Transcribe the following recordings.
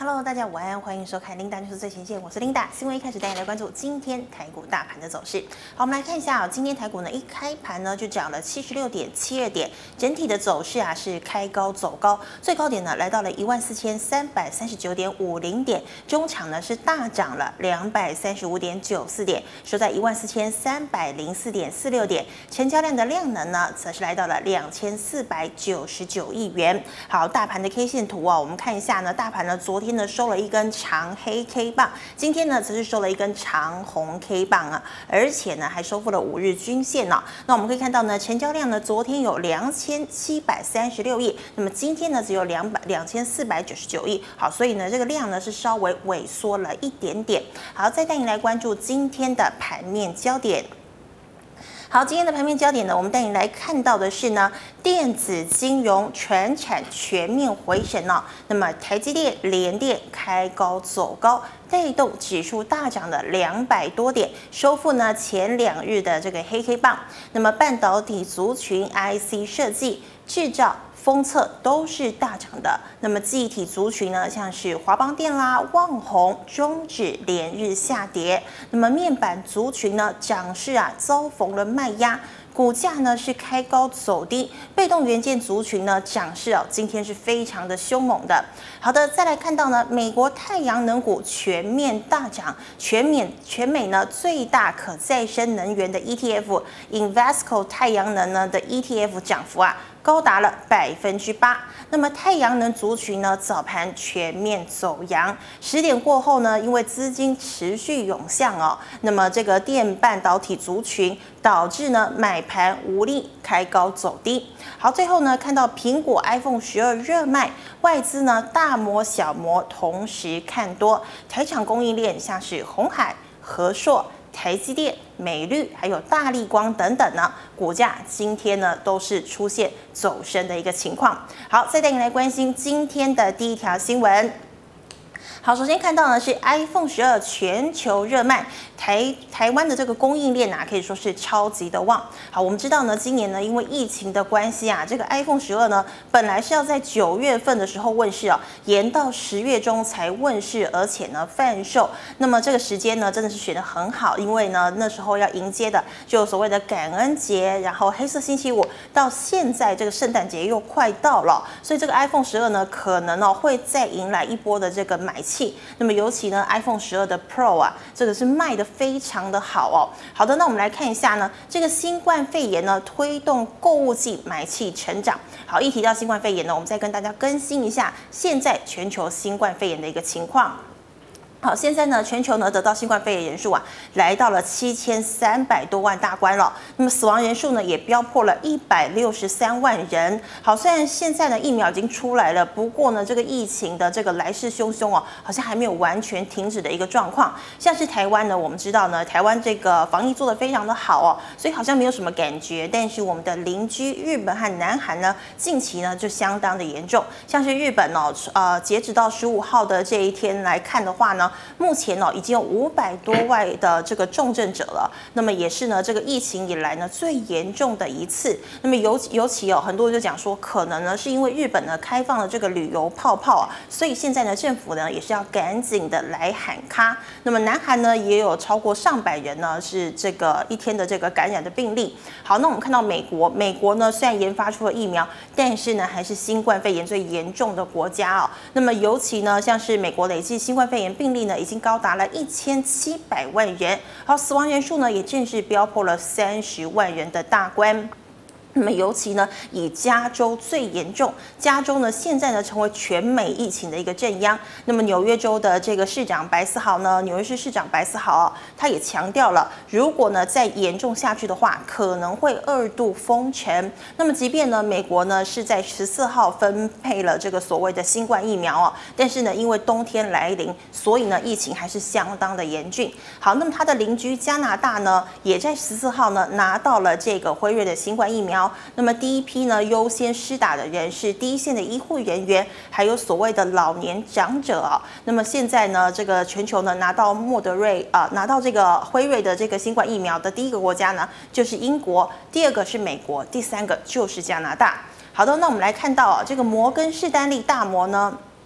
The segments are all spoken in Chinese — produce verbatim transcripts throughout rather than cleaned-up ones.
Hello， 大家午安，欢迎收看 Linda 就是最前线，我是 Linda。新闻一开始带你来关注今天台股大盘的走势。好，我们来看一下啊、哦，今天台股呢一开盘呢就涨了七十六点七二点，整体的走势啊是开高走高，最高点呢来到了一万四千三百三十九点五零点，中场呢是大涨了两百三十五点九四点，收在一万四千三百零四点四六点，成交量的量能呢则是来到了两千四百九十九亿元。好，大盘的 K 线图啊、哦，我们看一下呢，大盘呢昨天。昨天呢收了一根长黑 K 棒，今天呢则是收了一根长红 K 棒啊，而且呢还收复了五日均线呢、哦。那我们可以看到呢，成交量呢昨天有两千七百三十六亿，那么今天呢只有两百两千四百九十九亿。好，所以呢这个量呢是稍微萎缩了一点点。好，再带你来关注今天的盘面焦点。好，今天的盘面焦点呢，我们带你来看到的是呢，电子、金融、传产全面回升哦。那么台积电、联电开高走高，带动指数大涨了两百多点，收复呢前两日的这个黑 K 棒。那么半导体族群、I C 设计、制造、封测都是大涨的。那么记忆体族群呢，像是华邦电啦、旺宏、中指连日下跌。那么面板族群呢，涨势啊遭逢了卖压。股价呢是开高走低，被动元件族群呢涨势哦，今天是非常的凶猛的。好的，再来看到呢，美国太阳能股全面大涨，全美全美呢最大可再生能源的 E T F Invesco 太阳能呢的 E T F 涨幅啊高达了百分之八。那么太阳能族群呢早盘全面走阳，十点过后呢，因为资金持续涌向哦，那么这个电半导体族群导致呢买盘无力，开高走低。好，最后呢看到苹果 iPhone 十二热卖，外资呢大摩小摩同时看多，台厂供应链像是鸿海、和硕、台积电、美律还有大立光等等呢，股价今天呢都是出现走升的一个情况。好，再带你来关心今天的第一条新闻。好，首先看到呢是 iPhone 十二全球热卖，台台湾的这个供应链啊可以说是超级的旺。好，我们知道呢，今年呢因为疫情的关系啊，这个 iPhone 十二呢本来是要在九月份的时候问世哦，延到十月中才问世，而且呢贩售。那么这个时间呢真的是选得很好，因为呢那时候要迎接的就所谓的感恩节，然后黑色星期五，到现在这个圣诞节又快到了，所以这个 iPhone 十二呢可能哦会再迎来一波的这个买气。那么尤其呢 iPhone 十二的 Pro 啊，这个是卖得非常的好哦。好的，那我们来看一下呢，这个新冠肺炎呢推动购物季买气成长。好，一提到新冠肺炎呢，我们再跟大家更新一下现在全球新冠肺炎的一个情况。好，现在呢，全球呢得到新冠肺炎人数啊，来到了七千三百多万大关了。那么死亡人数呢，也飙破了一百六十三万人。好，虽然现在呢疫苗已经出来了，不过呢这个疫情的这个来势汹汹哦，好像还没有完全停止的一个状况。像是台湾呢，我们知道呢，台湾这个防疫做得非常的好哦，所以好像没有什么感觉。但是我们的邻居日本和南韩呢，近期呢就相当的严重。像是日本哦，呃，截止到十五号的这一天来看的话呢。目前呢、哦，已经有五百多万的这个重症者了，那么也是呢这个疫情以来呢最严重的一次。那么尤尤其哦，很多人就讲说，可能呢是因为日本呢开放了这个旅游泡泡啊，所以现在呢政府呢也是要赶紧的来喊卡。那么南韩呢也有超过上百人呢是这个一天的这个感染的病例。好，那我们看到美国，美国呢虽然研发出了疫苗，但是呢还是新冠肺炎最严重的国家哦。那么尤其呢像是美国累计新冠肺炎病例呢已经高达了一千七百万人，好，死亡人数呢也正式飙破了三十万人的大关。那么尤其呢，以加州最严重，加州呢现在呢成为全美疫情的一个震央。那么纽约州的这个市长白思豪呢，纽约市市长白思豪、哦、他也强调了，如果呢再严重下去的话，可能会二度封城。那么即便呢美国呢是在十四号分配了这个所谓的新冠疫苗哦，但是呢因为冬天来临，所以呢疫情还是相当的严峻。好，那么他的邻居加拿大呢，也在十四号呢拿到了这个辉瑞的新冠疫苗。那么第一批呢优先施打的人是第一线的医护人员，还有所谓的老年长者啊。那么现在呢，这个全球呢拿到莫德瑞啊、呃，拿到这个辉瑞的这个新冠疫苗的第一个国家呢就是英国，第二个是美国，第三个就是加拿大。好的，那我们来看到啊，这个摩根士丹利大摩呢。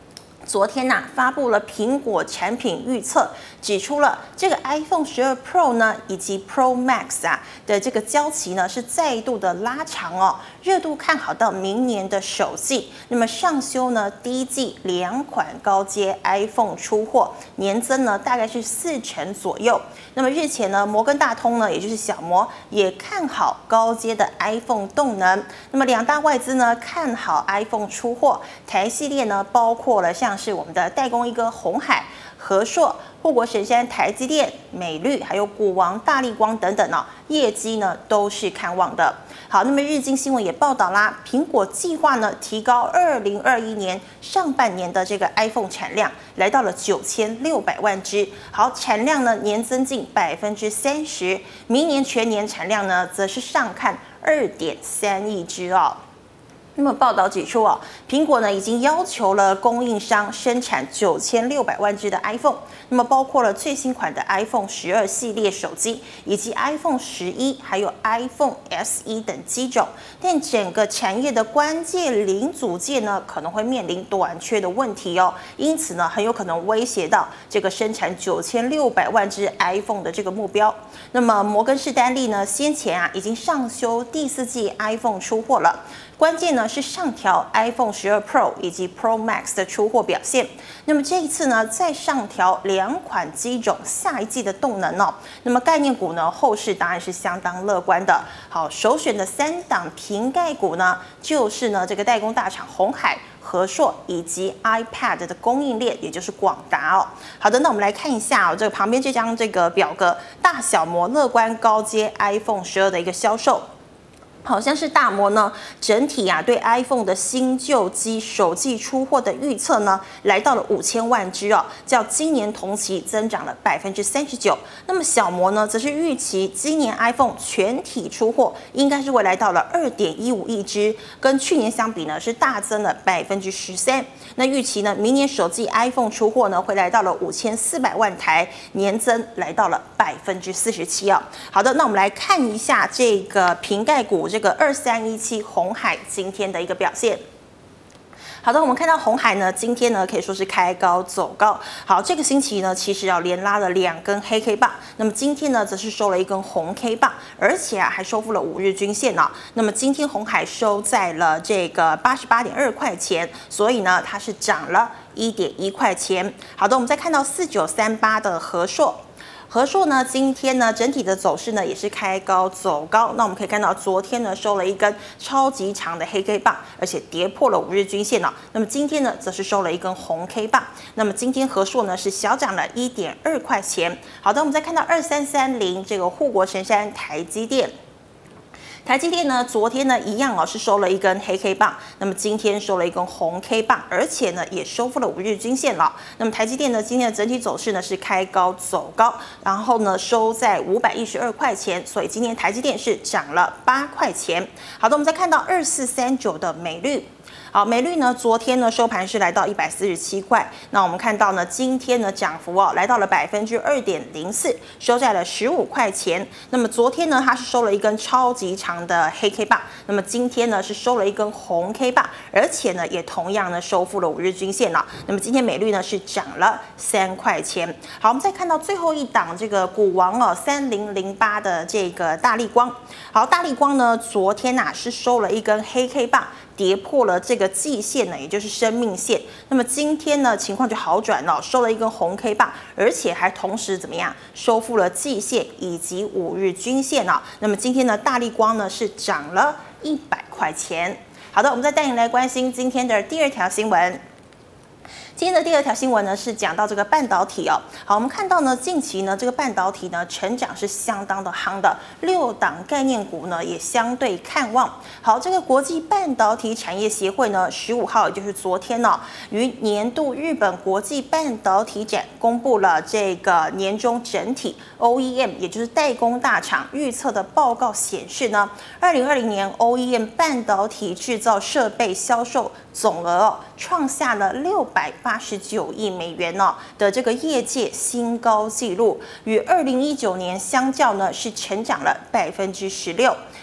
昨天呐、啊，发布了苹果产品预测，指出了这个 iPhone 十二 Pro 呢，以及 Pro Max 啊的这个交期呢是再度的拉长哦，热度看好到明年的首季。那么上修呢，第一季两款高阶 iPhone 出货年增呢大概是四成左右。那么日前呢，摩根大通呢，也就是小摩也看好高阶的 iPhone 动能。那么两大外资呢看好 iPhone 出货，台系列呢包括了像是我们的代工一哥鸿海、和硕、护国神山、台积电、美律，还有股王、大立光等等哦，业绩呢都是看望的。好，那么日经新闻也报道啦，苹果计划呢提高二零二一年上半年的这个 iPhone 产量，来到了九千六百万只。好，产量呢年增近百分之三十，明年全年产量呢则是上看二点三亿只哦。那么报道指出哦，苹果呢已经要求了供应商生产九千六百万只的 iPhone， 那么包括了最新款的 iPhone 十二系列手机，以及 iPhone 十一，还有 iPhone S E 等机种。但整个产业的关键零组件呢，可能会面临短缺的问题哦，因此呢，很有可能威胁到这个生产九千六百万只 iPhone 的这个目标。那么摩根士丹利呢，先前啊已经上修第四季 iPhone 出货了。关键呢是上调 iPhone 十二 Pro 以及 Pro Max 的出货表现。那么这一次呢，再上调两款机种下一季的动能哦。那么概念股呢，后市当然是相当乐观的。好，首选的三档瓶盖股呢，就是呢这个代工大厂鸿海、和硕以及 iPad 的供应链，也就是广达哦。好的，那我们来看一下哦，这个旁边这张这个表格，大小模乐观高阶 iPhone 十二的一个销售。好像是大摩呢，整体啊对 iPhone 的新旧机首季出货的预测呢，来到了五千万只哦，较今年同期增长了百分之三十九。那么小摩呢，则是预期今年 iPhone 全体出货应该是会来到了二点一五亿只，跟去年相比呢是大增了百分之十三。那预期呢，明年首季 iPhone 出货呢会来到了五千四百万台，年增来到了百分之四十七哦。好的，那我们来看一下这个瓶盖股。这个二三一七鸿海今天的一个表现。好的，我们看到鸿海呢，今天呢可以说是开高走高。好，这个星期呢，其实啊连拉了两根黑 K 棒，那么今天呢则是收了一根红 K 棒，而且啊还收复了五日均线哦。那么今天鸿海收在了这个八十八点二块钱，所以呢它是涨了一点一块钱。好的，我们再看到四九三八的和硕。和硕呢，今天呢整体的走势呢也是开高走高。那我们可以看到，昨天呢收了一根超级长的黑 K 棒，而且跌破了五日均线哦。那么今天呢，则是收了一根红 K 棒。那么今天和硕呢是小涨了一点二块钱。好的，我们再看到二三三零这个护国神山台积电。台积电呢，昨天呢一样哦，是收了一根黑 K 棒，那么今天收了一根红 K 棒，而且呢也收复了五日均线了。那么台积电呢，今天的整体走势呢是开高走高，然后呢收在五百一十二块钱，所以今天台积电是涨了八块钱。好的，我们再看到二四三九的美律。好，美律呢，昨天呢收盘是来到一百四十七块，那我们看到呢，今天呢涨幅哦来到了百分之二点零四，收在了十五块钱。那么昨天呢，它是收了一根超级长的黑 K 棒，那么今天呢是收了一根红 K 棒，而且呢也同样呢收复了五日均线了。那么今天美律呢是涨了三块钱。好，我们再看到最后一档这个股王哦，三零零八的这个大立光。好，大立光呢昨天呐、啊、是收了一根黑 K 棒。跌破了这个季线呢，也就是生命线。那么今天呢，情况就好转了，收了一根红 K 棒，而且还同时怎么样，收复了季线以及五日均线啊。那么今天呢，大立光呢是涨了一百块钱。好的，我们再带您来关心今天的第二条新闻。今天的第二条新闻呢是讲到这个半导体哦。好，我们看到呢，近期呢这个半导体呢成长是相当的夯的，六档概念股呢也相对看望。好，这个国际半导体产业协会呢，十五号也就是昨天呢、哦，于年度日本国际半导体展公布了这个年终整体 O E M， 也就是代工大厂预测的报告显示呢，二零二零年 O E M 半导体制造设备销售总额哦，创下了六百八十九亿美元哦的这个业界新高纪录，与二零一九年相较呢是成长了百分之十六。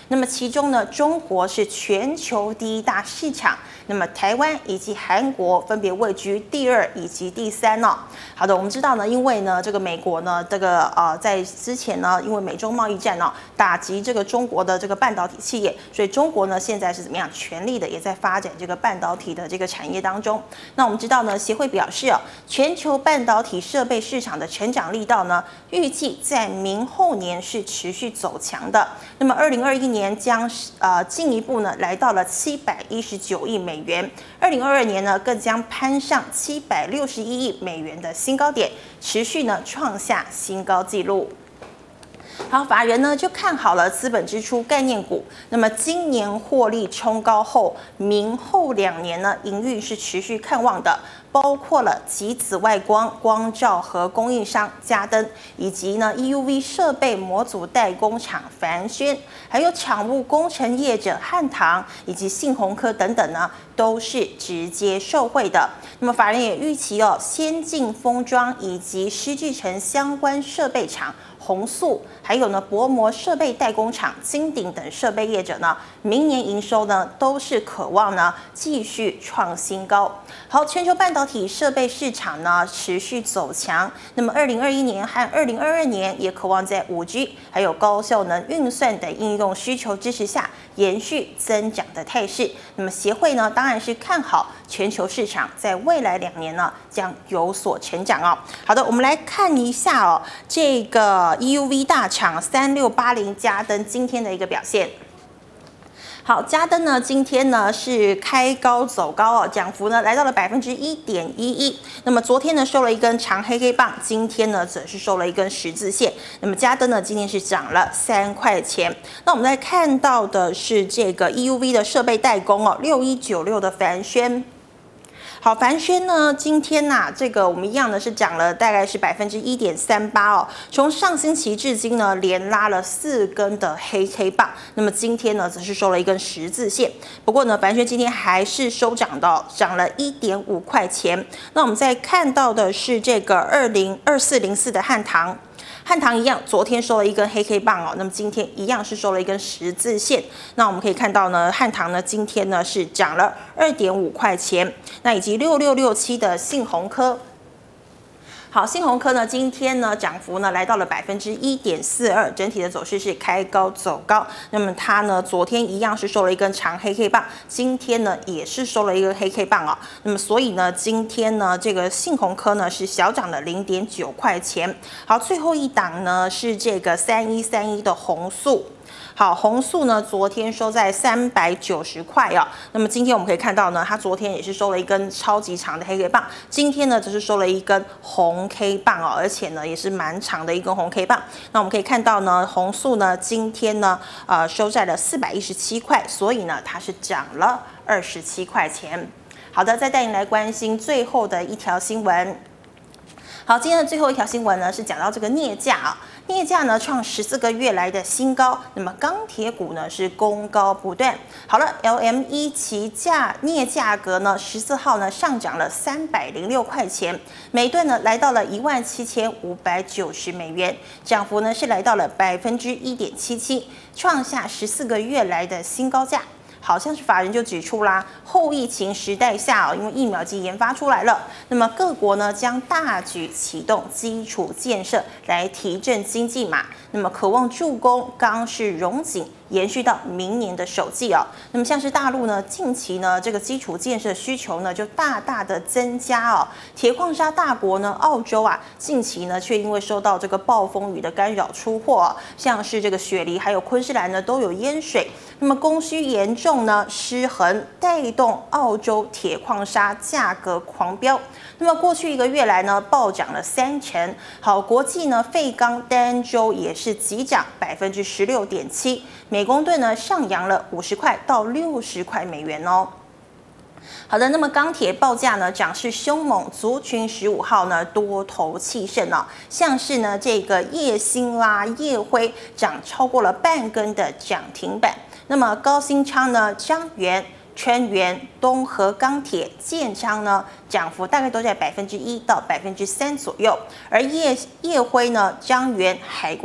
那么其中呢，中国是全球第一大市场，那么台湾以及韩国分别位居第二以及第三哦。好的，我们知道呢，因为呢，这个美国呢，这个呃，在之前呢，因为美中贸易战哦，打击这个中国的这个半导体企业，所以中国呢现在是怎么样，全力的也在发展这个半导体的这个产业当中。那我们知道呢，协会表示哦，全球半导体设备市场的成长力道呢，预计在明后年是持续走强的。那么二零二一年将呃进一步呢来到了七百一十九亿美元，二零二二年呢更将攀上七百六十一亿美元的新高点，持续呢创下新高纪录。好，法人呢就看好了资本支出概念股，那么今年获利冲高后，明后两年呢营运是持续看望的，包括了极紫外光光照和供应商嘉登，以及呢 E U V 设备模组代工厂凡轩，还有厂务工程业者汉唐以及信鸿科等等呢，都是直接受惠的。那么法人也预期哦，先进封装以及湿制程相关设备厂宏塑，还有呢薄膜设备代工厂金鼎等设备业者呢，明年营收呢都是可望呢继续创新高。好，全球半导体设备市场呢持续走强，那么二零二一年和二零二二年也渴望在 五 G 还有高效能运算等应用需求支持下延续增长的态势。那么协会呢当然是看好全球市场在未来两年呢将有所成长哦。好的，我们来看一下哦，这个 E U V 大厂三六八零嘉登今天的一个表现。好，嘉登呢今天呢是开高走高哦，涨幅呢来到了百分之一点一一。那么昨天呢收了一根长黑 K 棒，今天呢则是收了一根十字线。那么嘉登呢今天是涨了三块钱。那我们来看到的是这个 E U V 的设备代工哦，六一九六的凡轩。好，凡轩呢，今天呐、啊，这个我们一样呢是涨了大概是百分之一点三八哦。从上星期至今呢，连拉了四根的黑 K 棒，那么今天呢，则是收了一根十字线。不过呢，凡轩今天还是收涨的、哦，涨了一点五块钱。那我们再看到的是这个二零二四零四的汉唐。汉唐一样，昨天收了一根黑 K 棒哦，那么今天一样是收了一根十字线。那我们可以看到呢，汉唐呢今天呢是涨了二点五块钱。那以及六六六七的信鸿科。好，信鸿科呢，今天呢涨幅呢来到了百分之一点四二，整体的走势是开高走高。那么它呢，昨天一样是收了一根长黑 K 棒，今天呢也是收了一个黑 K 棒啊、哦。那么所以呢，今天呢这个信鸿科呢是小涨了零点九块钱。好，最后一档呢是这个三一三一的宏塑。好，宏塑呢，昨天收在三百九十块哦。那么今天我们可以看到呢，它昨天也是收了一根超级长的黑 K 棒，今天呢则是收了一根红 K 棒哦，而且呢也是蛮长的一根红 K 棒。那我们可以看到呢，宏塑呢今天呢呃收在了四百一十七块，所以呢它是涨了二十七块钱。好的，再带你来关心最后的一条新闻。好，今天的最后一条新闻呢是讲到这个镍价啊。镍价呢创十四个月来的新高，那么钢铁股呢是攻高不断。好了 ，L M E 期价镍价格呢十四号呢上涨了三百零六块钱，每吨呢来到了一万七千五百九十美元，涨幅呢是来到了百分之一点七七，创下十四个月来的新高价。好像是法人就指出啦，后疫情时代下哦，因为疫苗已经研发出来了，那么各国呢将大举启动基础建设来提振经济嘛，那么渴望助攻钢市荣景延续到明年的首季哦。那么像是大陆呢，近期呢这个基础建设需求呢就大大的增加哦。铁矿砂大国呢澳洲啊，近期呢却因为受到这个暴风雨的干扰出货、哦，像是这个雪梨还有昆士兰呢都有淹水，那么供需严重呢失衡，带动澳洲铁矿砂价格狂飙。那么过去一个月来呢暴涨了三成。好，国际呢废钢单周也是急涨百分之十六点七。每公吨呢上扬了五十块到六十块美元哦。好的，那么钢铁报价呢涨势凶猛，族群十五号呢多头气盛哦，像是呢这个烨兴啦、烨辉涨超过了半根的涨停板。那么高新昌呢、彰源、川原、东和钢铁、建昌呢，涨幅大概都在百分之一到百分之三左右，而烨烨辉呢、彰源、海光、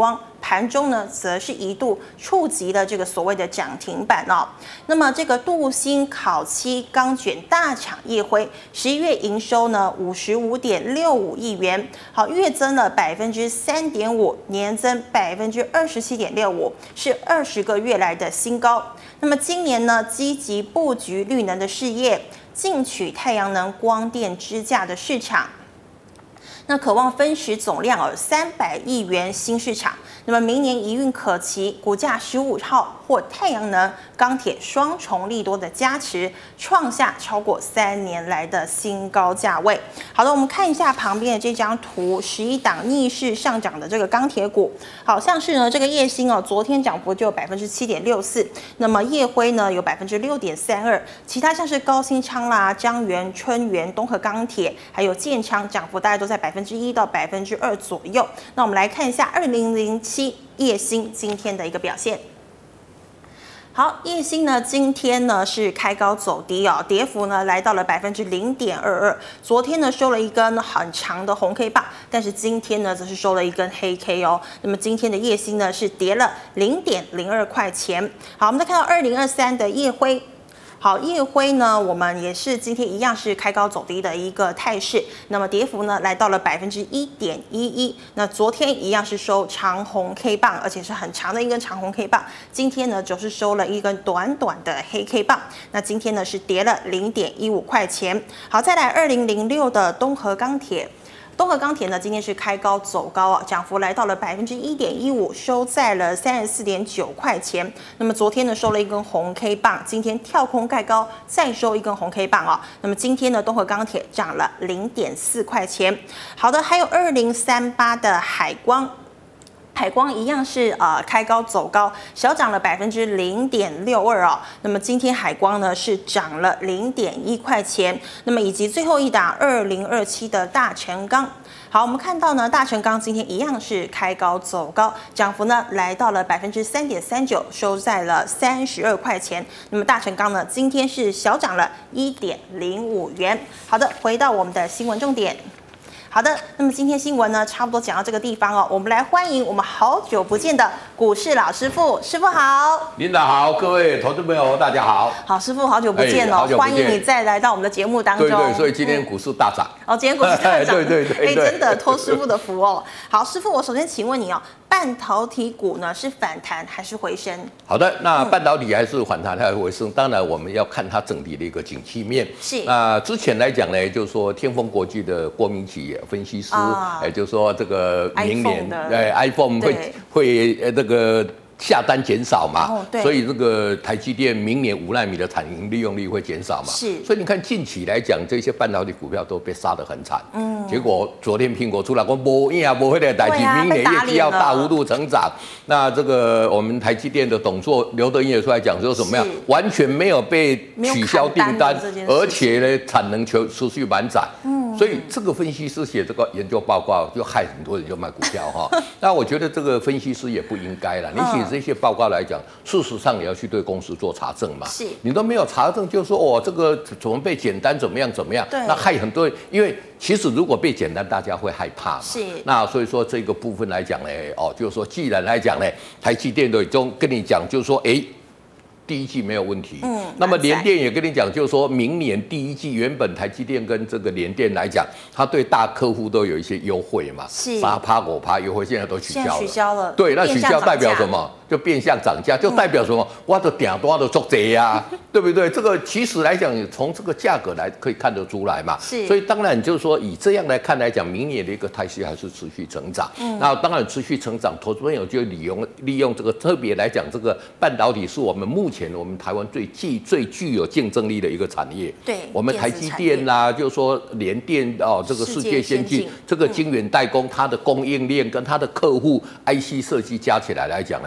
盘中呢，则是一度触及了这个所谓的涨停板哦。那么这个镀锌烤漆钢卷大厂燁辉，十一月营收呢五十五点六五亿元，好，月增了百分之三点五，年增百分之二十七点六五，是二十个月来的新高。那么今年呢，积极布局绿能的事业，进取太阳能光电支架的市场。那渴望分时总量有三百亿元新市场，那么明年一运可期，股价十五号或太阳能、钢铁双重利多的加持，创下超过三年来的新高价位。好的，我们看一下旁边的这张图，十一档逆势上涨的这个钢铁股，好像是呢这个燁兴哦，昨天涨幅就有百分之七点六四，那么燁辉呢有百分之六点三二，其他像是高新昌啦、彰源、春源、东和钢铁，还有建昌，涨幅大概都在百分之一到百分之二左右。那我们来看一下二零零七燁兴今天的一个表现。好，燁兴呢，今天呢是开高走低哦，跌幅呢来到了百分之零点二二。昨天呢收了一根很长的红 K 棒，但是今天呢则是收了一根黑 K 哦。那么今天的燁兴呢是跌了零点零二块钱。好，我们再看到二零二三的燁辉。好，燁辉呢，我们也是今天一样是开高走低的一个态势，那么跌幅呢来到了百分之一点一一。那昨天一样是收长红 K 棒，而且是很长的一根长红 K 棒。今天呢就是收了一根短短的黑 K 棒。那今天呢是跌了零点一五块钱。好，再来二零零六的东和钢铁。东和钢铁呢，今天是开高走高啊，涨幅来到了百分之一点一五，收在了三十四点九块钱。那么昨天呢收了一根红 K 棒，今天跳空盖高，再收一根红 K 棒啊。那么今天呢，东和钢铁涨了零点四块钱。好的，还有二零三八的海光。海光一样是呃开高走高，小涨了百分之零点六二哦。那么今天海光呢是涨了零点一块钱。那么以及最后一档二零二七的大成钢。好，我们看到呢，大成钢今天一样是开高走高，涨幅呢来到了百分之三点三九，收在了三十二块钱。那么大成钢呢，今天是小涨了一点零五元。好的，回到我们的新闻重点。好的，那么今天新闻呢，差不多讲到这个地方哦。我们来欢迎我们好久不见的股市老师傅，师傅好。 领导好，各位投资朋友大家好。 好，师傅好久不见哦，欢迎你再来到我们的节目当中。 对对，所以今天股市大涨。 哦，今天股市大涨。 对对对哎，真的托师傅的福哦。好，师傅，我首先请问你哦，半导体股呢是反弹还是回升？ 好的，那半导体还是反弹还是回升？当然我们要看它整体的一个景气面。 是。 那之前来讲呢，就是说天风国际的郭明奇分析师。 啊， 也就是说，这个明年， 哎 ，iPhone 会会呃这个下单减少嘛， 哦、 所以这个台积电明年五奈米的产能利用率会减少嘛， 是， 所以你看近期来讲，这些半导体股票都被杀得很惨，嗯，结果昨天苹果出来说不呀不会的台积，明年业绩要大幅度成长，那这个我们台积电的董座刘德英也出来讲说什么样，完全没有被取消订单，而且呢产能求持续满载，嗯，所以这个分析师写这个研究报告就害很多人就卖股票哈，那我觉得这个分析师也不应该了，你写。这些报告来讲，事实上也要去对公司做查证嘛。 是， 你都没有查证，就说哦，这个怎么被简单怎么样怎么样？那害很多人，因为其实如果被简单，大家会害怕嘛。 是。 那所以说这个部分来讲呢，哦，就是说，既然来讲呢，台积电都已经跟你讲，就是说，哎。第一季没有问题，嗯，那么联电也跟你讲，就是说明年第一季原本台积电跟这个联电来讲，它对大客户都有一些优惠嘛， 是八趴五趴优惠，现在都取消了， 取消了， 对，那取消代表什么？就变相涨价，就代表什么？我的顶多的做贼呀，对不对？这个其实来讲，从这个价格来可以看得出来嘛。 是， 所以当然就是说，以这样来看来讲，明年的一个态势还是持续成长。嗯，那当然持续成长，投资朋友就利用利用这个特别来讲，这个半导体是我们目前我们台湾最具最具有竞争力的一个产业。 对， 我们台积电啦、啊，就是说联电哦，这个世界先进，这个晶圆代工，它的供应链跟它的客户 I C 设计加起来来讲呢。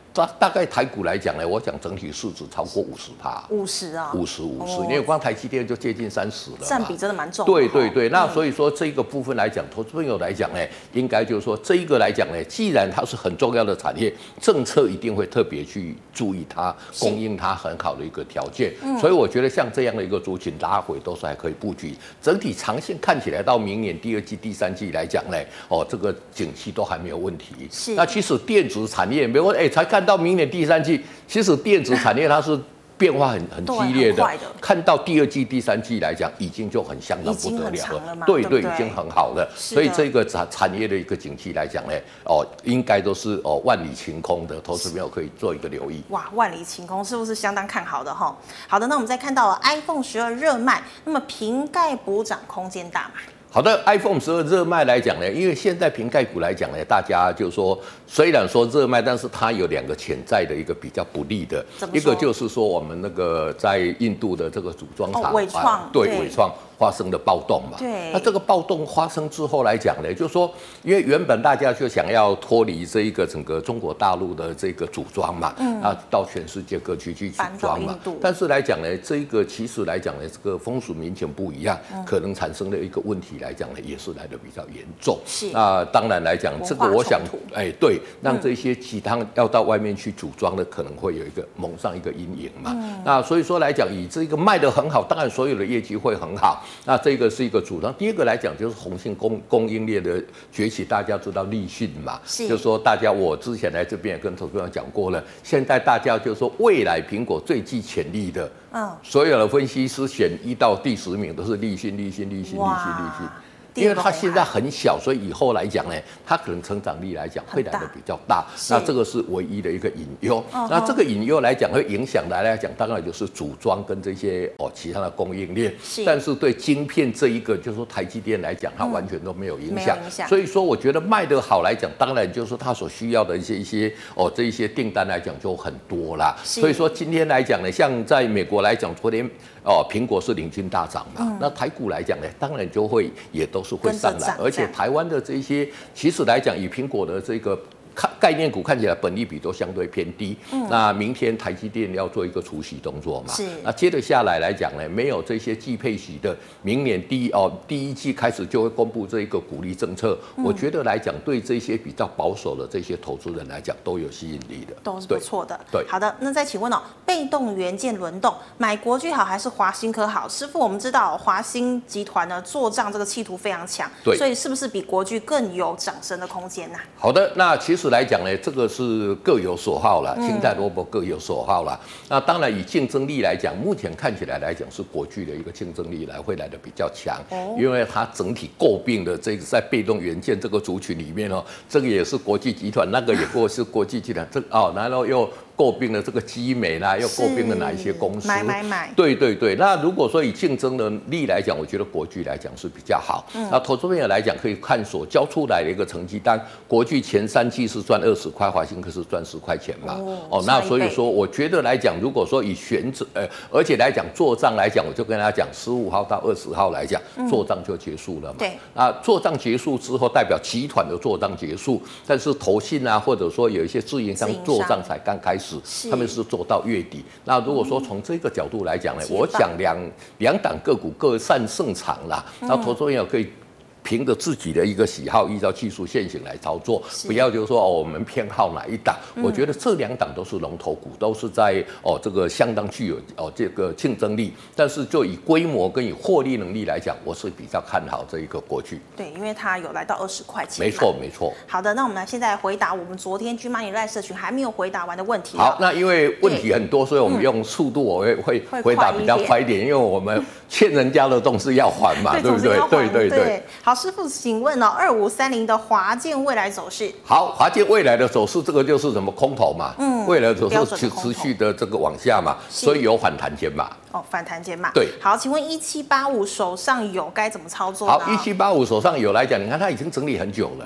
大大概台股来讲呢，我讲整体市值超过五十趴， 五十啊， 五十五十，因为光台积电就接近三十了嘛， 占比真的蛮重的。 对对对，那所以说这个部分来讲，投资朋友来讲呢，应该就是说这一个来讲呢，既然它是很重要的产业，政策一定会特别去注意它，供应它很好的一个条件。所以我觉得像这样的一个族群拉回都是还可以布局，整体长线看起来到明年第二季、第三季来讲呢，哦，这个景气都还没有问题。 是， 那其实电子产业，比如说哎，才看到明年第三季，其实电子产业它是变化很很激烈的，看到第二季、第三季来讲，已经就很相当不得了了。对对，已经很好了。所以这个产产业的一个景气来讲呢，哦，应该都是哦万里晴空的，投资朋友可以做一个留意。 哇，万里晴空是不是相当看好的哈？好的，那我们再看到 iPhone 十二热卖，那么瓶盖补涨空间大吗？ 好的 ，iPhone 十二热卖来讲呢，因为现在瓶盖股来讲呢，大家就说虽然说热卖，但是它有两个潜在的一个比较不利的，一个就是说我们那个在印度的这个组装厂， 伟创、 啊、对伟创发生的暴动嘛， 对， 那这个暴动发生之后来讲呢，就是说，因为原本大家就想要脱离这一个整个中国大陆的这个组装嘛，嗯，啊，到全世界各区去组装嘛，但是来讲呢，这一个其实来讲呢，这个风俗民情不一样，嗯、可能产生的一个问题来讲呢，也是来的比较严重。 是， 那当然来讲，这个我想，哎，对，让这些其他要到外面去组装的，可能会有一个蒙上一个阴影嘛。嗯、那所以说来讲，以这个卖得很好，当然所有的业绩会很好。那这个是一个主张。第二个来讲，就是宏信供供应链的崛起，大家知道立讯嘛，就是说大家我之前来这边也跟投资者讲过了，现在大家就说未来苹果最具潜力的，嗯，所有的分析师选一到第十名都是立讯、立讯、立讯、立讯、立讯。因为它现在很小，所以以后来讲呢，它可能成长力来讲会来的比较大。那这个是唯一的一个隐忧。Uh-huh. 那这个隐忧来讲，会影响的来讲，当然就是组装跟这些哦其他的供应链。是。但是对晶片这一个，就是说台积电来讲，它完全都没有影响。嗯、所以说，我觉得卖得好来讲，当然就是它所需要的一些一些哦这一些订单来讲就很多啦。所以说今天来讲呢，像在美国来讲，昨天哦苹果是领军大涨嘛，嗯、那台股来讲呢，当然就会也都是会上来，而且台湾的这些，其实来讲，以苹果的这个概念股看起来本益比都相对偏低。嗯、那明天台积电要做一个除息动作嘛？是。那接着下来来讲呢，没有这些季配息的，明年第一哦第一季开始就会公布这一个鼓励政策。嗯、我觉得来讲，对这些比较保守的这些投资人来讲，都有吸引力的， 都是不错的。 对。 好的，那再请问哦，被动元件轮动，买国巨好还是华新科好？师傅，我们知道华新集团呢做账这个企图非常强，对，所以是不是比国巨更有涨升的空间呢、啊？ 好的，那其实来讲呢，这个是各有所好啦，青菜萝卜各有所好啦。嗯、那当然以竞争力来讲，目前看起来来讲是国巨的一个竞争力来会来的比较强，哦、因为它整体诟病的这个在被动元件这个族群里面哦，这个也是国际集团，那个也过是国际集团，这哦，然后又诟病了这个基美啦，又诟病了哪一些公司？ 买买买。 对对对，那如果说以竞争的力来讲，我觉得国巨来讲是比较好。嗯、那投资朋友来讲，可以看所交出来的一个成绩单，国巨前三季是赚二十块，华新科是赚十块钱嘛。哦，哦那所以说，我觉得来讲，如果说以选择，呃，而且来讲做账来讲，我就跟大家讲，十五号到二十号来讲，做账就结束了嘛。对。啊，做账结束之后，代表集团的做账结束，但是投信啊，或者说有一些自营商做账才刚开始。他们是做到月底。那如果说从这个角度来讲呢，我想两两档个股各擅胜场啦。那投资朋友可以凭着自己的一个喜好，依照技术线型来操作，不要就是说哦，我们偏好哪一档。嗯、我觉得这两档都是龙头股，都是在哦这个相当具有哦这个竞争力。但是就以规模跟以获利能力来讲，我是比较看好这一个国巨。 对，因为它有来到二十块钱。 没错，没错。 好的，那我们来现在回答我们昨天 G Money Live 社群还没有回答完的问题。 好，那因为问题很多，所以我们用速度我会会回答比较快一点，因为我们欠人家的东西要还嘛，对不对？对对对。 好，师傅，请问哦，二五三零的华健未来走势？ 好，华健未来的走势，这个就是什么空头嘛，嗯，未来的走势持持续的这个往下嘛，所以有反弹间嘛。 哦，反弹间嘛。 对。 好，请问一七八五手上有该怎么操作呢？ 好，一七八五手上有来讲，你看它已经整理很久了，嗯，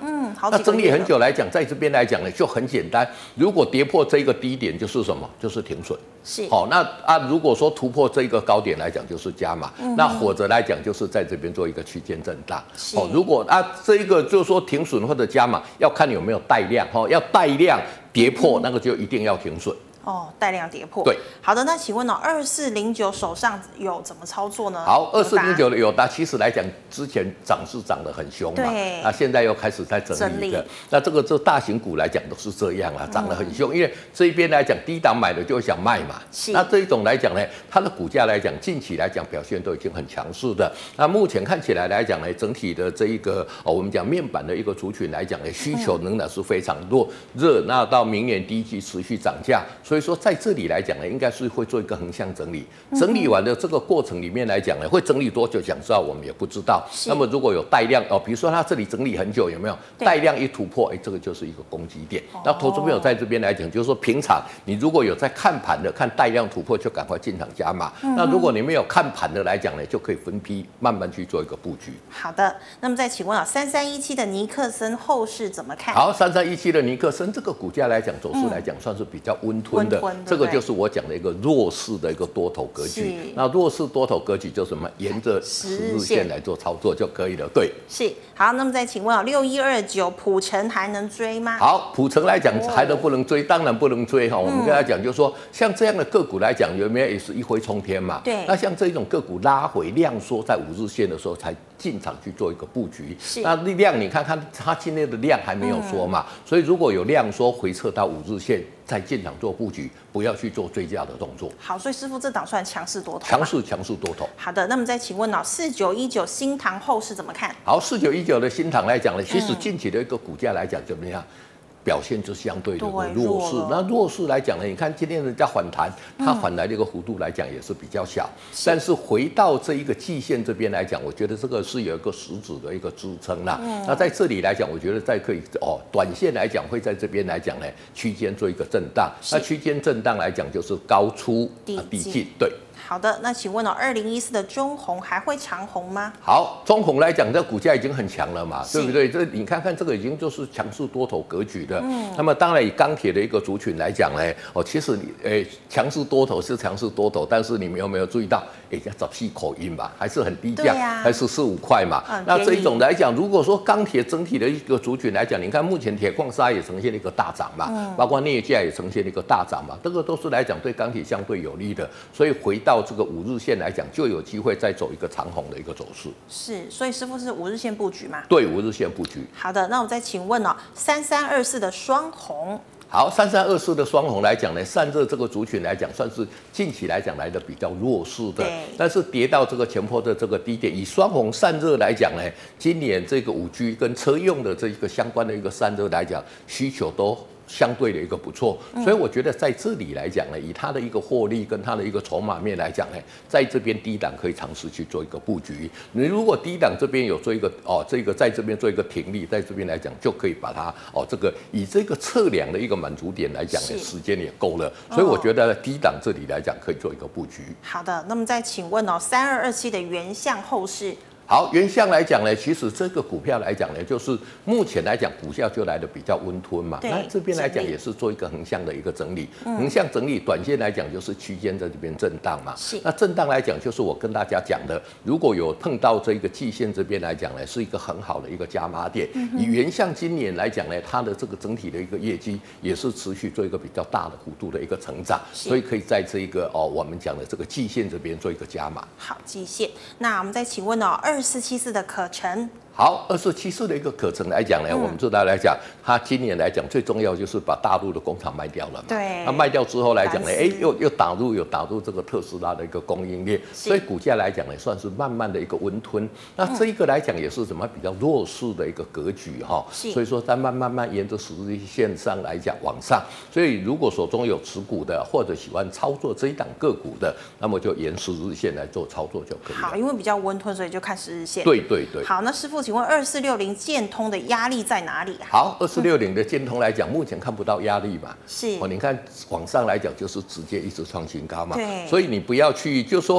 好几个月了。 那整理很久来讲，在这边来讲呢，就很简单。如果跌破这个低点，就是什么？就是停损。 是。 好、哦，那啊，如果说突破这个高点来讲，就是加码。嗯、那或者来讲，就是在这边做一个区间震荡。哦，如果啊，这一个就是说停损或者加码，要看有没有带量。哈、哦，要带量跌破，那个就一定要停损。 哦，带量跌破。 对， 好的，那请问呢、哦，二四零九手上有怎么操作呢？ 好，二四零九的友达，其实来讲之前涨是涨得很凶嘛， 对， 那现在又开始在整理的。那这个这大型股来讲都是这样啊，涨得很凶，嗯、因为这一边来讲低档买的就想卖嘛。 是。 那这一种来讲呢，它的股价来讲近期来讲表现都已经很强势的。那目前看起来来讲呢，整体的这一个哦，我们讲面板的一个族群来讲呢，需求仍然是非常弱热。那到明年第一季持续涨价，所以说在这里来讲呢，应该是会做一个横向整理。整理完的这个过程里面来讲呢，会整理多久想知道我们也不知道。那么如果有带量哦，比如说它这里整理很久，有没有带量一突破？哎，这个就是一个攻击点。哦、那投资朋友在这边来讲，就是说平常你如果有在看盘的，看带量突破就赶快进场加码。嗯、那如果你没有看盘的来讲呢，就可以分批慢慢去做一个布局。 好的，那么再请问啊，三三一七的尼克森后市怎么看？ 好，三三一七的尼克森这个股价来讲，走势来讲算是比较温吞的。嗯、这个就是我讲的一个弱势的一个多头格局。那弱势多头格局就什么？沿着十日线来做操作就可以了。对， 是。好，那么再请问啊，六一二九普成还能追吗？ 好，普成来讲还能不能追？当然不能追哈。我们跟他讲，就是说像这样的个股来讲，有没有也是一飞冲天嘛？ 对。 那像这种个股拉回量缩在五日线的时候，才进场去做一个布局。 是。 那量你看看它今天的量还没有缩嘛，嗯、所以如果有量缩回撤到五日线，再进场做布局，不要去做追加的动作。 好，所以师傅这档算强势多头。 强势强势多头。 好的，那么再请问哦，四九一九新唐后市怎么看？ 好，四九一九的新唐来讲呢，其实近期的一个股价来讲怎么样？表现就相对的弱势，那弱势来讲呢，你看今天人家反弹，它反来的一个幅度来讲也是比较小，嗯、但是回到这一个季线这边来讲，我觉得这个是有一个实质的一个支撑啦。嗯、那在这里来讲，我觉得在可以哦，短线来讲会在这边来讲呢，区间做一个震荡。那区间震荡来讲就是高出低进，对。 好的，那请问哦，二零一四的中红还会长红吗？ 好，中红来讲，这股价已经很强了嘛，对不对？这你看看这个已经就是强势多头格局的。嗯。那么当然以钢铁的一个族群来讲呢，哦，其实你诶强势多头是强势多头，但是你们有没有注意到，哎，要找细口音吧，还是很低价，啊、还是四五块嘛。嗯、那这一种来讲，如果说钢铁整体的一个族群来讲，你看目前铁矿砂也呈现了一个大涨嘛，嗯、包括镍价也呈现了一个大涨嘛，这个都是来讲对钢铁相对有利的，所以回到这个五日线来讲，就有机会再走一个长红的一个走势。 是，所以师傅是五日线布局吗？ 对，五日线布局。 好的，那我再请问哦，三三二四的双红。 好，三三二四的双红来讲呢，散热这个族群来讲，算是近期来讲来的比较弱势的。但是跌到这个前波的这个低点，以双红散热来讲呢，今年这个五 G 跟车用的这一个相关的一个散热来讲，需求都相对的一个不错，所以我觉得在这里来讲呢，以它的一个获利跟它的一个筹码面来讲呢，在这边低档可以尝试去做一个布局。你如果低档这边有做一个哦，这个在这边做一个停利，在这边来讲就可以把它哦，这个以这个测量的一个满足点来讲呢，时间也够了，所以我觉得低档这里来讲可以做一个布局。 好的，那么再请问哦，三二二七的原相后市。 好，原相来讲呢，其实这个股票来讲呢，就是目前来讲股价就来的比较温吞嘛。那这边来讲也是做一个横向的一个整理，嗯、横向整理，短线来讲就是区间在这边震荡嘛。那震荡来讲，就是我跟大家讲的，如果有碰到这个季线这边来讲呢，是一个很好的一个加码点。嗯、以原相今年来讲呢，它的这个整体的一个业绩也是持续做一个比较大的幅度的一个成长，所以可以在这一个哦我们讲的这个季线这边做一个加码。 好，季线。那我们再请问哦，二四七四的可成。 好，二四七四的一个可成来讲呢，嗯、我们知道来讲，它今年来讲最重要就是把大陆的工厂卖掉了嘛。 对。 那卖掉之后来讲呢，哎，又又打入有打入这个特斯拉的一个供应链，所以股价来讲呢，算是慢慢的一个温吞。那这一个来讲也是什么比较弱势的一个格局哈。所以说在慢慢慢沿着十日线上来讲往上，所以如果手中有持股的或者喜欢操作这一档个股的，那么就沿十日线来做操作就可以了。 好，因为比较温吞，所以就看十日线。 对对对。 好，那师傅。请问二四六零建通的压力在哪里啊？ 好，二四六零的建通来讲，目前看不到压力嘛。 是。 哦，你看往上来讲就是直接一直创新高嘛。 对。 所以你不要去就说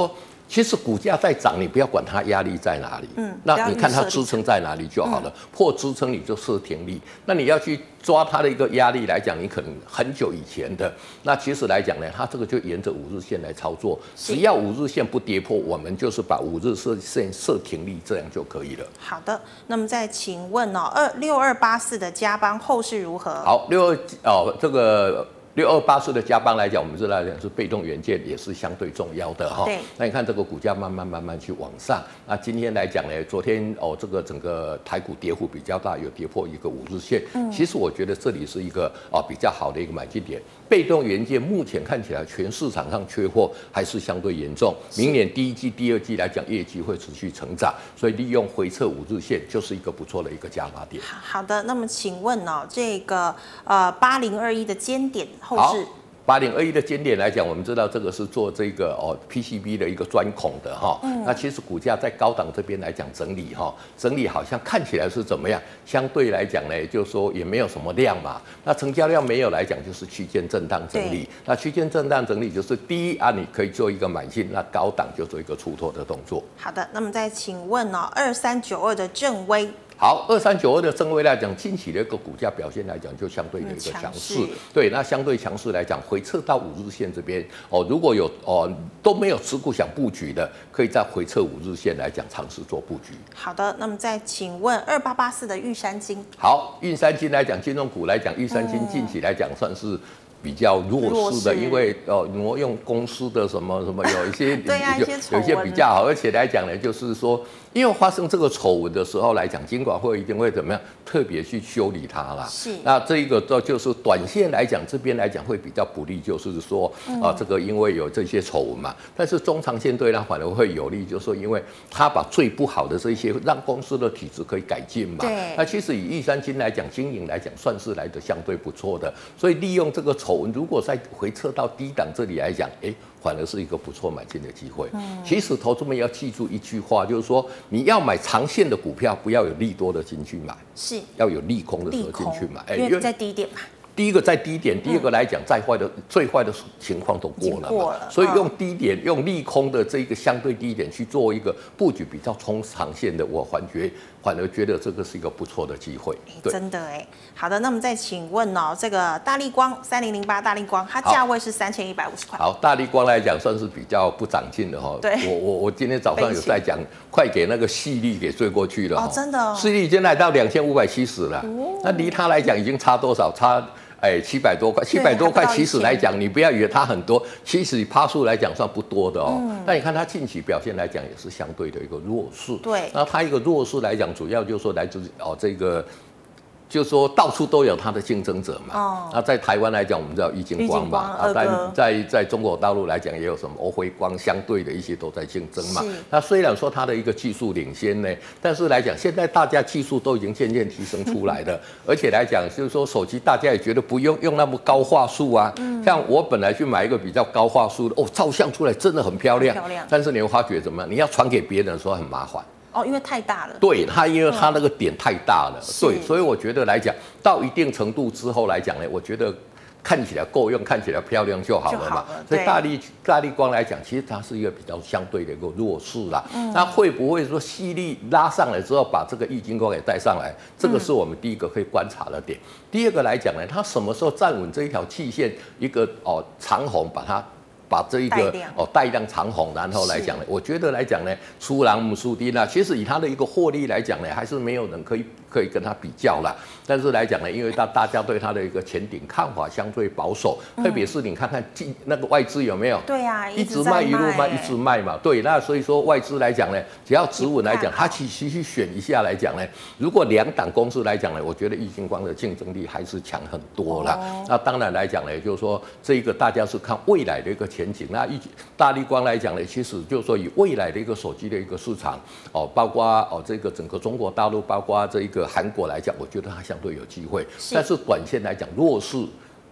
其实股价在涨，你不要管它压力在哪里， 嗯， 那你看它支撑在哪里就好了。嗯、破支撑你就设停利，那你要去抓它的一个压力来讲，你可能很久以前的，那其实来讲呢，它这个就沿着五日线来操作，只要五日线不跌破，我们就是把五日线设停利，这样就可以了。 好的，那么再请问哦，二六二八四的嘉邦后市如何？ 好，六二哦这个。六二八四的嘉邦来讲，我们知道讲是被动元件，也是相对重要的哈。那你看这个股价慢慢慢慢去往上。那今天来讲呢，昨天哦这个整个台股跌幅比较大，有跌破一个五日线。嗯，其实我觉得这里是一个哦比较好的一个买进点。被动元件目前看起来全市场上缺货还是相对严重，明年第一季、第二季来讲业绩会持续成长，所以利用回撤五日线就是一个不错的一个加码点。 好的，那么请问哦，这个呃八零二一的尖点后市。 八零二一的尖点来讲，我们知道这个是做这个哦 P C B 的一个钻孔的哈。嗯、那其实股价在高档这边来讲整理哈，整理好像看起来是怎么样？相对来讲呢，就是说也没有什么量嘛。那成交量没有来讲，就是区间震荡整理。那区间震荡整理就是第一啊，你可以做一个买进，那高档就做一个出脱的动作。 好的，那么再请问哦，二三九二的正威。 好，二三九二的正威来讲，近期的一个股价表现来讲，就相对的一个强势。对，那相对强势来讲，回撤到五日线这边哦，如果有哦都没有持股想布局的，可以在回撤五日线来讲尝试做布局。 好的，那么再请问二八八四的玉山金。 好，玉山金来讲，金融股来讲，玉山金近期来讲算是比较弱势的，因为呃挪用公司的什么什么有一些对啊， 有有一些比较好，而且来讲呢，就是说。因为发生这个丑闻的时候来讲，金管会一定会怎么样特别去修理它啦。 是。 那这一个就是短线来讲，这边来讲会比较不利，就是说啊、嗯呃，这个因为有这些丑闻嘛。但是中长线对它反而会有利，就是说因为它把最不好的这些让公司的体质可以改进嘛。 对。 那其实以玉山金来讲，经营来讲算是来的相对不错的，所以利用这个丑闻，如果再回撤到低档这里来讲，哎。反而是一个不错买进的机会。嗯，其实投资们要记住一句话，就是说你要买长线的股票，不要有利多的进去买， 是要有利空的时候进去买， 因为在低点嘛。 第一个在低点，第二个来讲，再坏的、嗯、最坏的情况都过了嘛，了所以用低点、嗯、用利空的这个相对低点去做一个布局比较中长线的，我反觉反而觉得这个是一个不错的机会。 欸、真的哎，好的，那么再请问哦，这个大立光三零零八大立光，它价位是三千一百五十块。 好，大立光来讲算是比较不长进的哈。 对， 我我我今天早上有在讲，快给那个细粒给追过去了。 哦，真的、哦。 细粒已经来到两千五百七十了，哦、那离它来讲已经差多少？差。哎，七百多块，七百多块，其实来讲，你不要以为它很多，其实趴数来讲算不多的哦。嗯、那你看它近期表现来讲，也是相对的一个弱势。 对。 那它一个弱势来讲，主要就是说来自哦这个。就是说到处都有它的竞争者嘛。哦。那在台湾来讲，我们知道玉晶光嘛，啊，在在在中国大陆来讲，也有什么欧辉光，相对的一些都在竞争嘛。那虽然说它的一个技术领先呢，但是来讲，现在大家技术都已经渐渐提升出来了，而且来讲，就是说手机大家也觉得不用用那么高画素啊。嗯。像我本来去买一个比较高画素的，哦，照相出来真的很漂亮。 漂亮。 但是你会发觉怎么样？你要传给别人的时候很麻烦。 哦，因为太大了。 对它，因为它那个点太大了，嗯、对，所以我觉得来讲，到一定程度之后来讲呢，我觉得看起来够用，看起来漂亮就好了嘛。了所以大力大力光来讲，其实它是一个比较相对的一个弱势啦。嗯、那会不会说吸力拉上来之后，把这个玉晶光给带上来？这个是我们第一个可以观察的点。嗯、第二个来讲呢，它什么时候站稳这一条气线，一个哦长红把它。把这一个哦带量长红，然后来讲呢，我觉得来讲呢，出狼母输低啦。其实以它的一个获利来讲呢，还是没有人可以可以跟它比较啦。但是来讲呢，因为大大家对它的一个前顶看法相对保守，嗯、特别是你看看进那个外资有没有？ 对呀、啊， 一直卖一路卖一直卖嘛。对，那所以说外资来讲呢，只要止稳来讲，它其实去选一下来讲呢，如果两档公司来讲呢，我觉得玉晶光的竞争力还是强很多啦。哦、那当然来讲呢，就是说这一个大家是看未来的一个前景。那大立光来讲呢，其实就是说以未来的一个手机的一个市场哦，包括哦这个整个中国大陆，包括这一个韩国来讲，我觉得它相对有机会。但是短线来讲弱势，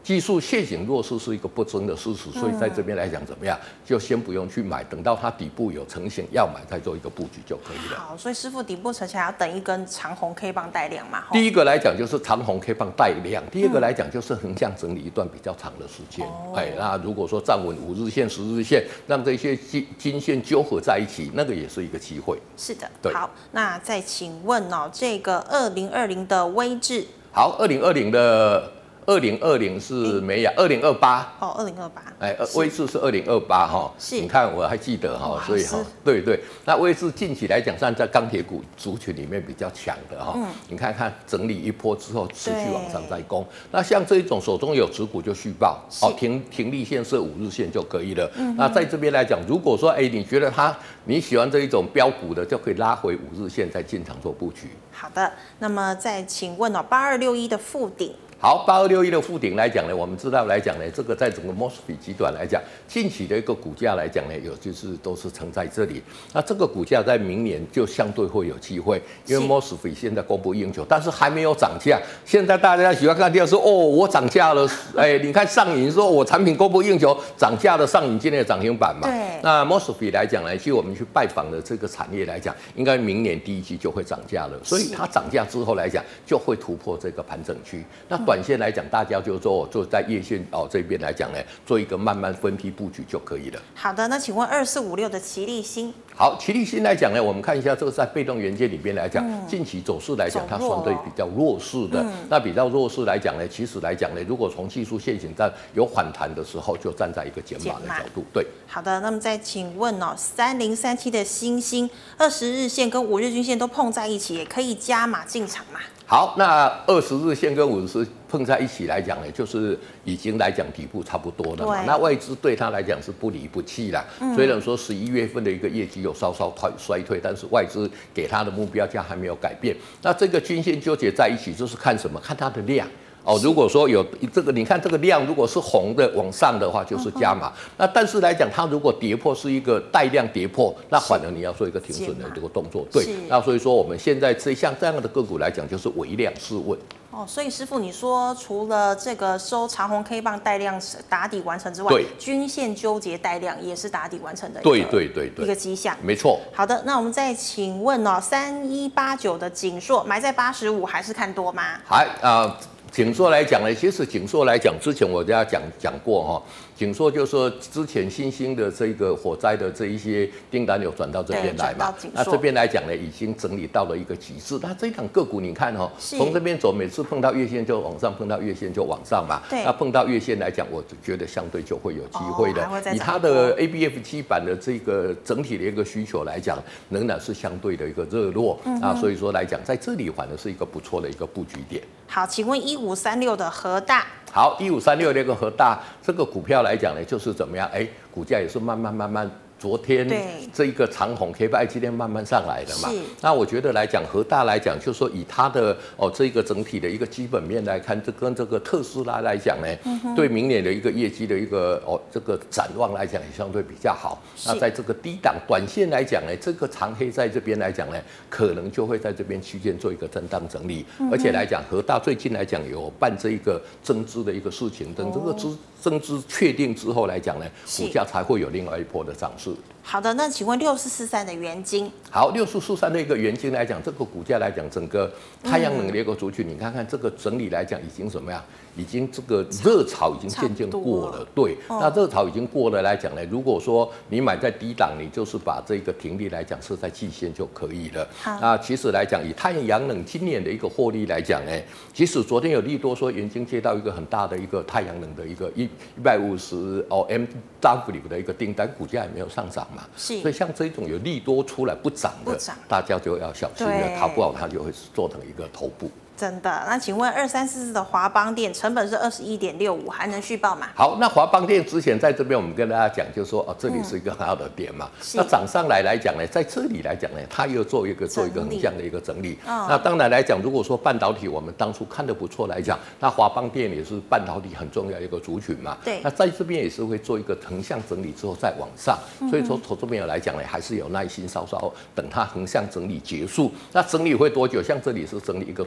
技术线型弱势是一个不争的事实，所以在这边来讲怎么样，就先不用去买，等到它底部有成型要买再做一个布局就可以了。 好，所以师傅底部成型还要等一根长红 K 棒带量嘛？ 第一个来讲就是长红 K 棒带量，第二个来讲就是横向整理一段比较长的时间。嗯、哎，那如果说站稳五日线、十日线，让这些金金线纠合在一起，那个也是一个机会。 是的，对。好，那再请问哦，这个二零二零的威致， 好，二零二零的。二零二零是美亚，二零二八哦，二零二八， 哎，威致是二零二八哈， 是， 你看我还记得哈，所以哈，对对，那威致近期来讲，算在钢铁股族群里面比较强的哈，嗯，你看看整理一波之后，持续往上再攻，那像这一种手中有持股就续报，哦，停停利线设五日线就可以了。嗯，那在这边来讲，如果说哎，你觉得它你喜欢这一种标股的，就可以拉回五日线再进场做布局。 好的，那么再请问哦，八二六一的富鼎。 好，八二六一的富鼎来讲呢，我们知道来讲呢，这个在整个 Mosfet 集团来讲，近期的一个股价来讲呢，有就是都是撑在这里。那这个股价在明年就相对会有机会，因为 Mosfet 现在供不应求，但是还没有涨价。现在大家喜欢看电视说，哦，我涨价了，哎，你看上影说我产品供不应求，涨价的上影今天的涨停板嘛。 对。 那 Mosfet 来讲呢，其实我们去拜访的这个产业来讲，应该明年第一季就会涨价了，所以它涨价之后来讲，就会突破这个盘整区。那短线来讲，大家就做就在月线哦这边来讲呢，做一个慢慢分批布局就可以了。 好的，那请问二四五六的奇力新， 好，奇力新来讲呢，我们看一下这个在被动元件里边来讲，嗯、近期走势来讲，它相对比较弱势的。嗯、那比较弱势来讲呢，其实来讲呢，如果从技术线型站有反弹的时候，就站在一个减码的角度。对。 好的，那么再请问哦，三零三七的星星，二十日线跟五日均线都碰在一起，也可以加码进场嘛？ 好，那二十日线跟五十碰在一起来讲呢，就是已经来讲底部差不多了嘛。那外资对它来讲是不离不弃啦。嗯、虽然说十一月份的一个业绩有稍稍退衰退，但是外资给它的目标价还没有改变。那这个均线纠结在一起，就是看什么？看它的量。哦，如果说有这个，你看这个量，如果是红的往上的话，就是加码。嗯、那但是来讲，它如果跌破是一个带量跌破，那反而你要做一个停损的这个动作。对，那所以说我们现在这像这样的个股来讲，就是微量试问。 哦，所以师傅，你说除了这个收长红 K 棒带量打底完成之外，均线纠结带量也是打底完成的一个对对对对一个迹象， 没错。 好的，那我们再请问哦，三一八九的景硕埋在八十五，还是看多吗？ 还啊。呃景硕来讲呢，其实景硕来讲，之前我跟大家讲讲过哈，景硕就说之前新兴的这个火灾的这一些订单有转到这边来嘛，那这边来讲呢，已经整理到了一个极致。那这一档个股你看哈，从这边走，每次碰到月线就往上，碰到月线就往上嘛。那碰到月线来讲，我觉得相对就会有机会的。 哦、 以它的 A B F 七版的这个整体的一个需求来讲，仍然是相对的一个热络、嗯、啊，所以说来讲，在这里反而是一个不错的一个布局点。 好，请问一五三六的和大， 好，一五三六那个和大这个股票来讲呢，就是怎么样？哎，股价也是慢慢慢慢。昨天这一个长红 K 棒今天慢慢上来了嘛，那我觉得来讲，和大来讲，就是说以它的哦这个整体的一个基本面来看，这跟这个特斯拉来讲呢，嗯、对明年的一个业绩的一个哦这个展望来讲也相对比较好。那在这个低档短线来讲呢，这个长黑在这边来讲呢，可能就会在这边区间做一个震荡整理，嗯、而且来讲，和大最近来讲有办这一个增资的一个事情，等这个资增资确定之后来讲呢，股价才会有另外一波的涨势。 好的，那请问六四四三的元晶， 好，六四四三的一个元晶来讲，这个股价来讲，整个太阳能的一个族群，嗯、你看看这个整理来讲，已经怎么样？已经这个热潮已经渐渐过了，对，哦、那热潮已经过了来讲呢，如果说你买在低档，你就是把这个停利来讲设在季线就可以了。那其实来讲，以太阳能今年的一个获利来讲呢，即使昨天有利多说元晶接到一个很大的一个太阳能的一个一一百五十哦 M W 的一个订单，股价也没有上涨嘛， 是， 所以像这种有利多出来不涨的，大家就要小心了，它不好它就会做成一个头部。 真的，那请问二三四四的华邦电成本是二十一点六五，还能续报吗？ 好，那华邦电之前在这边我们跟大家讲，就是说哦，这里是一个很好的点嘛。嗯、那涨上来来讲呢，在这里来讲呢，它又做一个做一个横向的一个整理。哦、那当然来讲，如果说半导体我们当初看得不错来讲，那华邦电也是半导体很重要的一个族群嘛。 对。 那在这边也是会做一个横向整理之后再往上，嗯、所以说投资朋友来讲呢，还是有耐心，稍稍等它横向整理结束。那整理会多久？像这里是整理一个多月嘛。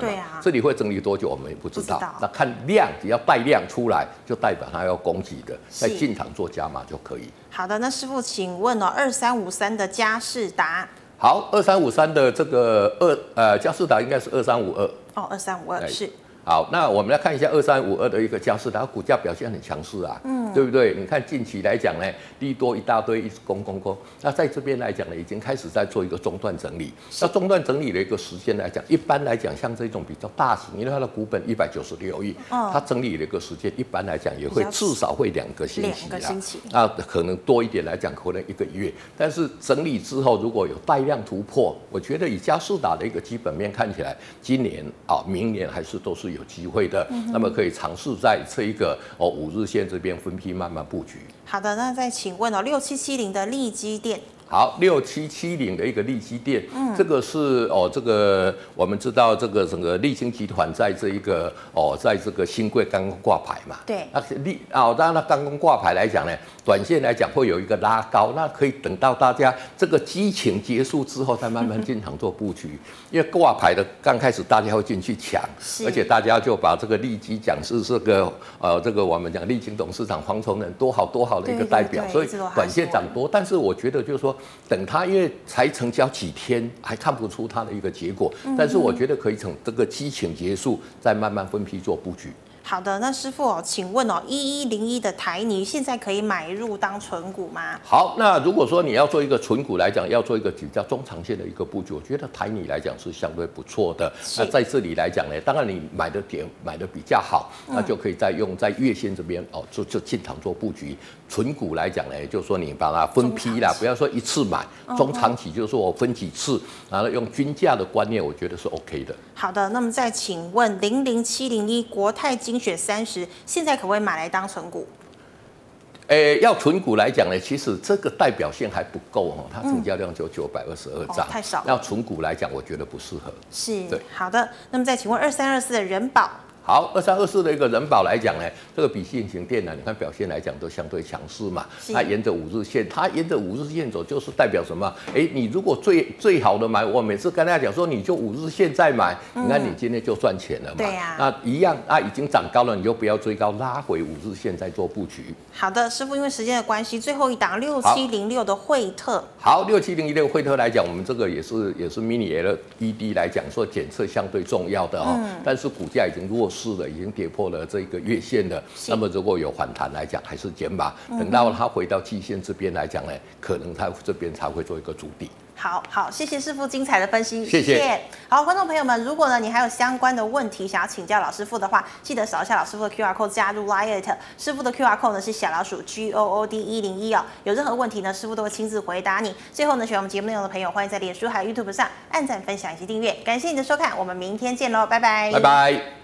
对啊， 这里会整理多久我们也不知道。 不知道那看量，只要带量出来，就代表它要攻击的，再进场做加码就可以。 好的，那师傅，请问哦，二三五三的佳世达。 好，二三五三的这个二呃佳世达应该是二三五二。 哦，二三五二是。 好，那我们来看一下二三五二的一个佳世达，股价表现很强势啊，嗯，对不对？你看近期来讲呢，利多一大堆，一直攻攻攻。那在这边来讲呢，已经开始在做一个中段整理。那中段整理的一个时间来讲，一般来讲，像这种比较大型，因为它的股本一百九十六亿，哦，它整理的一个时间，一般来讲也会至少会两个星期， 两个星期， 那可能多一点来讲，可能一个月。但是整理之后，如果有带量突破，我觉得以佳世达的一个基本面看起来，今年啊、明年还是都是有机会的。那么可以尝试在这一个哦五日线这边分批慢慢布局。 好的，那再请问哦，六七七零的利基电。 好，六七七零的一个利基电，嗯，这个是哦，这个我们知道这个整个利兴集团在这一个哦，在这个新贵刚刚挂牌嘛， 对， 那利哦，当然它刚刚挂牌来讲呢，短线来讲会有一个拉高，那可以等到大家这个激情结束之后，再慢慢进场做布局，因为挂牌的刚开始大家会进去抢，而且大家就把这个利基讲是这个呃，这个我们讲利兴董事长黄崇仁多好多好的一个代表， 对对对， 所以短线涨多，但是我觉得就是说。等它，因为才成交几天，还看不出它的一个结果。但是我觉得可以从这个激情结束，再慢慢分批做布局。 好的，那师傅哦，请问哦，一一零一的台泥现在可以买入当存股吗？ 好，那如果说你要做一个存股来讲，要做一个比较中长线的一个布局，我觉得台泥来讲是相对不错的。那在这里来讲呢，当然你买的点买的比较好，那就可以再用在月线这边哦，就就进场做布局。存股来讲呢，就是说你把它分批啦，不要说一次买，中长期就是说我分几次，然后用均价的观念，我觉得是 OK 的。 好的，那么再请问零零七零一国泰精选三十，现在可不可以买来当存股？ 诶，要存股来讲呢，其实这个代表性还不够哦，它成交量就九百二十二张， 太少。 要存股来讲，我觉得不适合。 是，对，好的。那么再请问二三二四的人保。 好，二三二四的一个人保来讲呢，这个比现行电呢，你看表现来讲都相对强势嘛。它沿着五日线，它沿着五日线走，就是代表什么？哎，你如果最最好的买，我每次跟大家讲说，你就五日线再买，嗯、你看你今天就赚钱了嘛。 对呀、 啊。那一样啊，已经涨高了，你就不要追高，拉回五日线再做布局。 好的，师傅，因为时间的关系，最后一档六七零六的惠特。 好，六七零六惠特来讲，我们这个也是也是 mini L E D 来讲，说检测相对重要的哦，嗯、但是股价已经弱势了，已经跌破了这个月线了。那么如果有反弹来讲，还是减码，等到它回到季线这边来讲呢，可能它这边才会做一个筑底。 好好，谢谢师傅精彩的分析， 谢谢。谢谢好，观众朋友们，如果呢你还有相关的问题想要请教老师傅的话，记得扫一下老师傅的 Q R code 加入 Lite， 师傅的 Q R code 呢是小老鼠 G O O D 一零一哦。有任何问题呢，师傅都会亲自回答你。最后呢，喜欢我们节目内容的朋友，欢迎在脸书还有 YouTube 上按赞、分享以及订阅。感谢你的收看，我们明天见喽，拜拜， 拜拜。